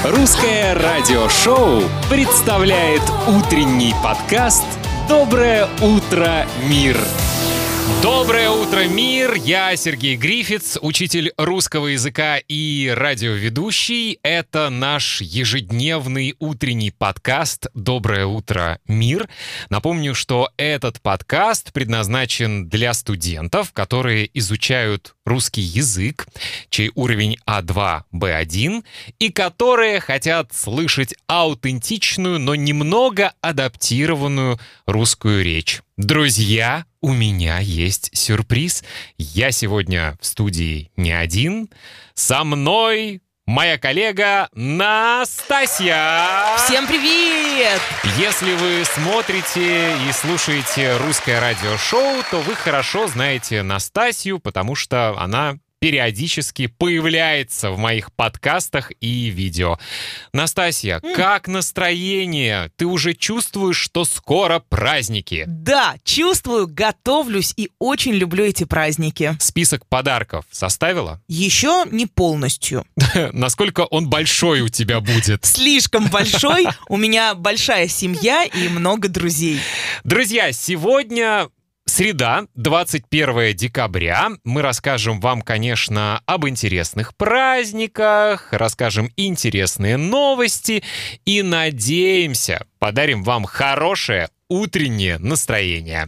Русское радиошоу представляет утренний подкаст «Доброе утро, мир». Доброе утро, мир! Я Сергей Грифиц, учитель русского языка и радиоведущий. Это наш ежедневный утренний подкаст «Доброе утро, мир». Напомню, что этот подкаст предназначен для студентов, которые изучают русский язык, чей уровень А2, Б1, и которые хотят слышать аутентичную, но немного адаптированную русскую речь. Друзья, у меня есть сюрприз. Я сегодня в студии не один. Со мной моя коллега Настасья. Всем привет! Если вы смотрите и слушаете русское радиошоу, то вы хорошо знаете Настасью, потому что она периодически появляется в моих подкастах и видео. Настасья, как настроение? Ты уже чувствуешь, что скоро праздники? Да, чувствую, готовлюсь и очень люблю эти праздники. Список подарков составила? Еще не полностью. Насколько он большой у тебя будет? Слишком большой, у меня большая семья и много друзей. Друзья, сегодня среда, 21 декабря. Мы расскажем вам, конечно, об интересных праздниках, расскажем интересные новости и, надеемся, подарим вам хорошее утреннее настроение.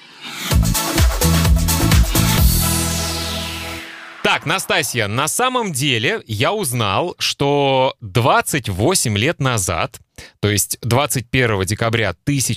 Так, Настасья, на самом деле я узнал, что 28 лет назад, то есть 21 декабря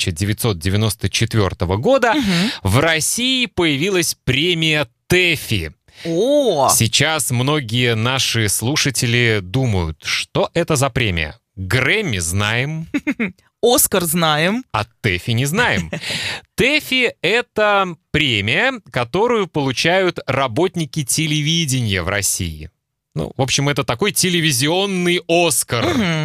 1994 года, в России появилась премия ТЭФИ. О! Сейчас многие наши слушатели думают, что это за премия. Грэмми знаем. Оскар знаем. А ТЭФИ не знаем. ТЭФИ — это премия, которую получают работники телевидения в России. Ну, в общем, это такой телевизионный Оскар.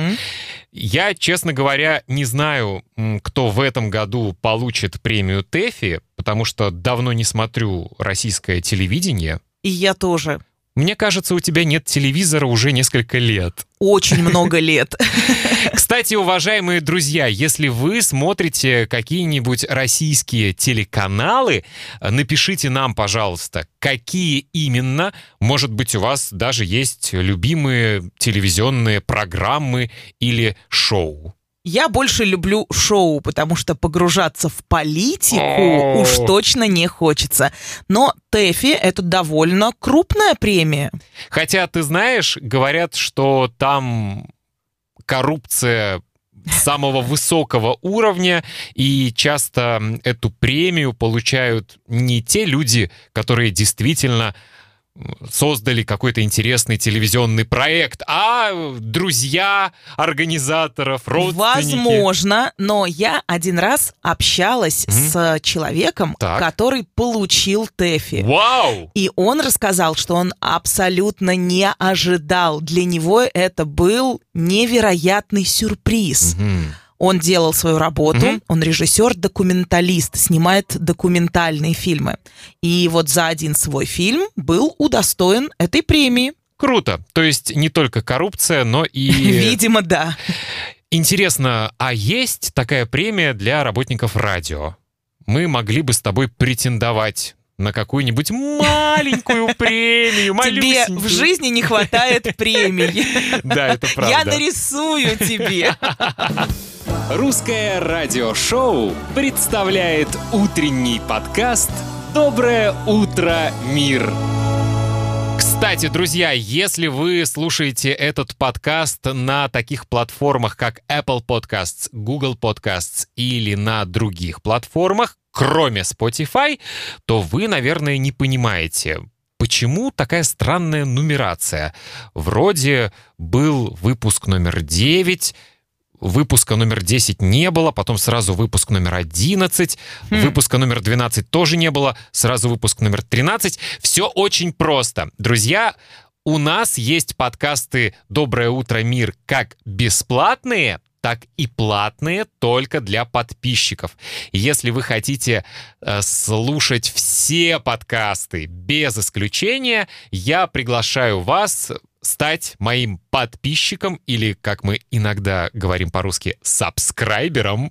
Я, честно говоря, не знаю, кто в этом году получит премию ТЭФИ, потому что давно не смотрю российское телевидение. И я тоже. Мне кажется, у тебя нет телевизора уже несколько лет. Очень много лет. Кстати, уважаемые друзья, если вы смотрите какие-нибудь российские телеканалы, напишите нам, пожалуйста, какие именно. Может быть, у вас даже есть любимые телевизионные программы или шоу. Я больше люблю шоу, потому что погружаться в политику уж точно не хочется. Но ТЭФИ — это довольно крупная премия. Хотя, ты знаешь, говорят, что там коррупция самого высокого уровня, и часто эту премию получают не те люди, которые действительно создали какой-то интересный телевизионный проект, а друзья организаторов, родственники. Возможно, но я один раз общалась с человеком, который получил ТЭФИ. Вау! И он рассказал, что он абсолютно не ожидал. Для него это был невероятный сюрприз. Он делал свою работу, он режиссер-документалист, снимает документальные фильмы. И вот за один свой фильм был удостоен этой премии. Круто. То есть не только коррупция, но и... Видимо, да. Интересно, а есть такая премия для работников радио? Мы могли бы с тобой претендовать на какую-нибудь маленькую премию, малюсенькую. Тебе в жизни не хватает премий. Да, это правда. Я нарисую тебе. Русское радиошоу представляет утренний подкаст «Доброе утро, мир». Кстати, друзья, если вы слушаете этот подкаст на таких платформах, как Apple Podcasts, Google Podcasts или на других платформах, кроме Spotify, то вы, наверное, не понимаете, почему такая странная нумерация. Вроде был выпуск номер 9, выпуска номер 10 не было, потом сразу выпуск номер 11, выпуска номер 12 тоже не было, сразу выпуск номер 13. Все очень просто. Друзья, у нас есть подкасты «Доброе утро, мир» как бесплатные, так и платные только для подписчиков. Если вы хотите слушать все подкасты без исключения, я приглашаю вас стать моим подписчиком или, как мы иногда говорим по-русски, сабскрайбером.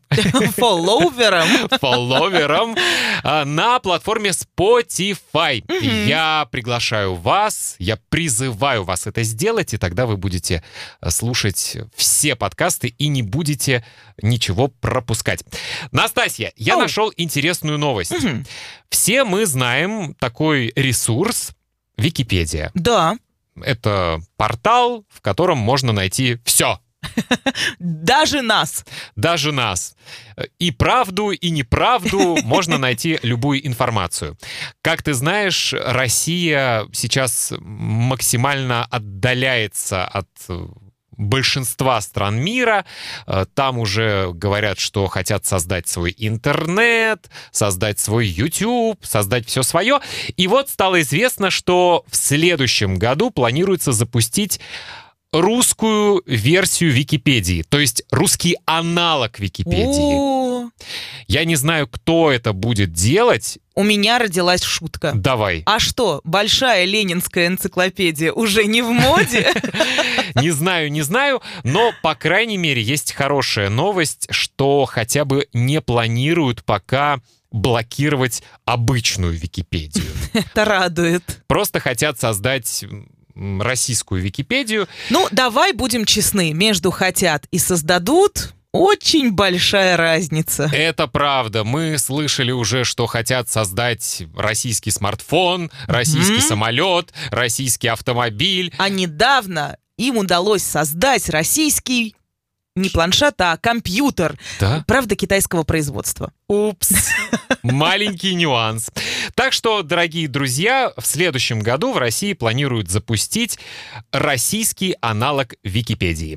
Фолловером на платформе Spotify. Я приглашаю вас, я призываю вас это сделать, и тогда вы будете слушать все подкасты и не будете ничего пропускать. Настасья, я нашел интересную новость. Все мы знаем такой ресурс Википедия. Да. Это портал, в котором можно найти все. Даже нас. Даже нас. И правду, и неправду можно найти любую информацию. Как ты знаешь, Россия сейчас максимально отдаляется от большинства стран мира. Там уже говорят, что хотят создать свой интернет, создать свой YouTube, создать все свое. И вот стало известно, что в следующем году планируется запустить русскую версию Википедии, то есть русский аналог Википедии. Я не знаю, кто это будет делать. У меня родилась шутка. Давай. А что, большая ленинская энциклопедия уже не в моде? Не знаю, но, по крайней мере, есть хорошая новость, что хотя бы не планируют пока блокировать обычную Википедию. Это радует. Просто хотят создать российскую Википедию. Ну, давай будем честны, между «хотят» и «создадут» очень большая разница. Это правда. Мы слышали уже, что хотят создать российский смартфон, российский самолет, российский автомобиль. А недавно им удалось создать российский не планшет, а компьютер. Да? Правда, китайского производства. Упс. Маленький нюанс. Так что, дорогие друзья, в следующем году в России планируют запустить российский аналог Википедии.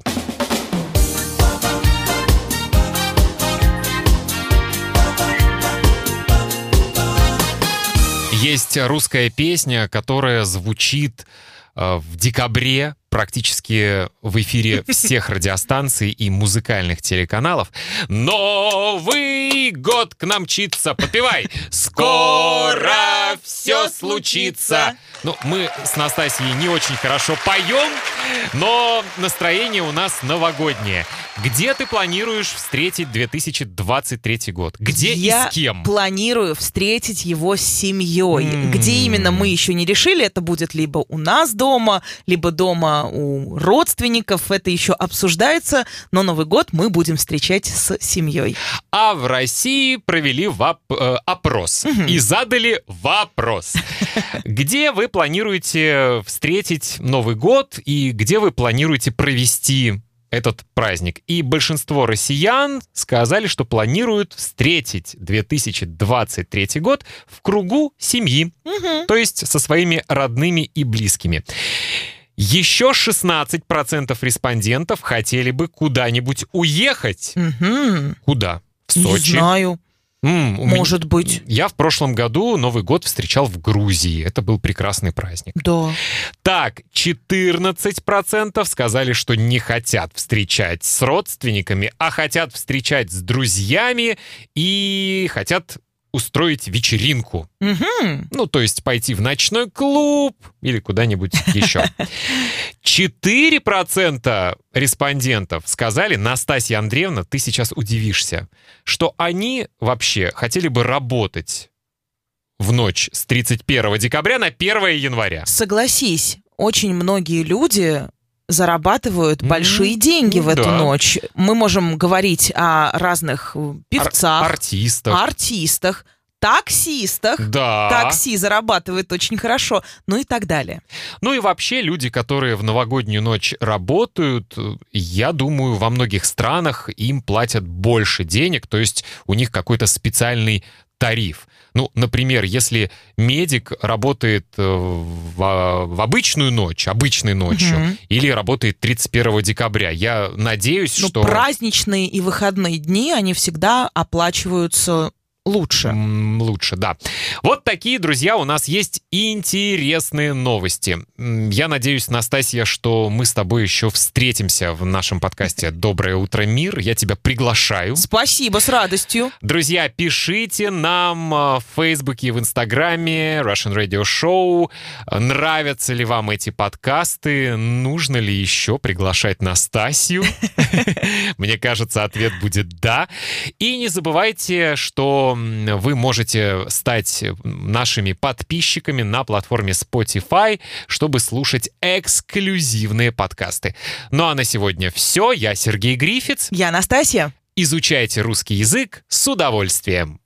Есть русская песня, которая звучит в декабре практически в эфире всех радиостанций и музыкальных телеканалов. Новый год к нам мчится, подпевай! Скоро все случится. Ну, мы с Настасьей не очень хорошо поем, но настроение у нас новогоднее. Где ты планируешь встретить 2023 год? Где и с кем? Я планирую встретить его с семьей. Где именно мы еще не решили. Это будет либо у нас дома, либо дома у родственников. Это еще обсуждается. Но Новый год мы будем встречать с семьей. А в России провели опрос и задали вопрос. Где вы планируете встретить Новый год и где вы планируете провести этот праздник? И большинство россиян сказали, что планируют встретить 2023 год в кругу семьи, то есть со своими родными и близкими. Еще 16% респондентов хотели бы куда-нибудь уехать. Куда? В Сочи? Не знаю. Может быть. Я в прошлом году Новый год встречал в Грузии. Это был прекрасный праздник. Да. Так, 14% сказали, что не хотят встречать с родственниками, а хотят встречать с друзьями и хотят устроить вечеринку. Ну, то есть пойти в ночной клуб или куда-нибудь еще. 4% респондентов сказали, Настасья Андреевна, ты сейчас удивишься, что они вообще хотели бы работать в ночь с 31 декабря на 1 января. Согласись, очень многие люди зарабатывают большие деньги в эту ночь. Мы можем говорить о разных певцах, артистах, таксистах. Да. Такси зарабатывает очень хорошо, ну и так далее. Ну и вообще люди, которые в новогоднюю ночь работают, я думаю, во многих странах им платят больше денег, то есть у них какой-то специальный тариф. Ну, например, если медик работает в обычную ночь, обычной ночью, или работает 31 декабря, я надеюсь, что... Праздничные и выходные дни, они всегда оплачиваются лучше. Лучше, да. Вот такие, друзья, у нас есть интересные новости. Я надеюсь, Настасья, что мы с тобой еще встретимся в нашем подкасте «Доброе утро, мир». Я тебя приглашаю. Спасибо, с радостью. Друзья, пишите нам в Фейсбуке и в Инстаграме Russian Radio Show. Нравятся ли вам эти подкасты? Нужно ли еще приглашать Настасью? Мне кажется, ответ будет «да». И не забывайте, что вы можете стать нашими подписчиками на платформе Spotify, чтобы слушать эксклюзивные подкасты. Ну а на сегодня все. Я Сергей Грифиц. Я Настасья. Изучайте русский язык с удовольствием.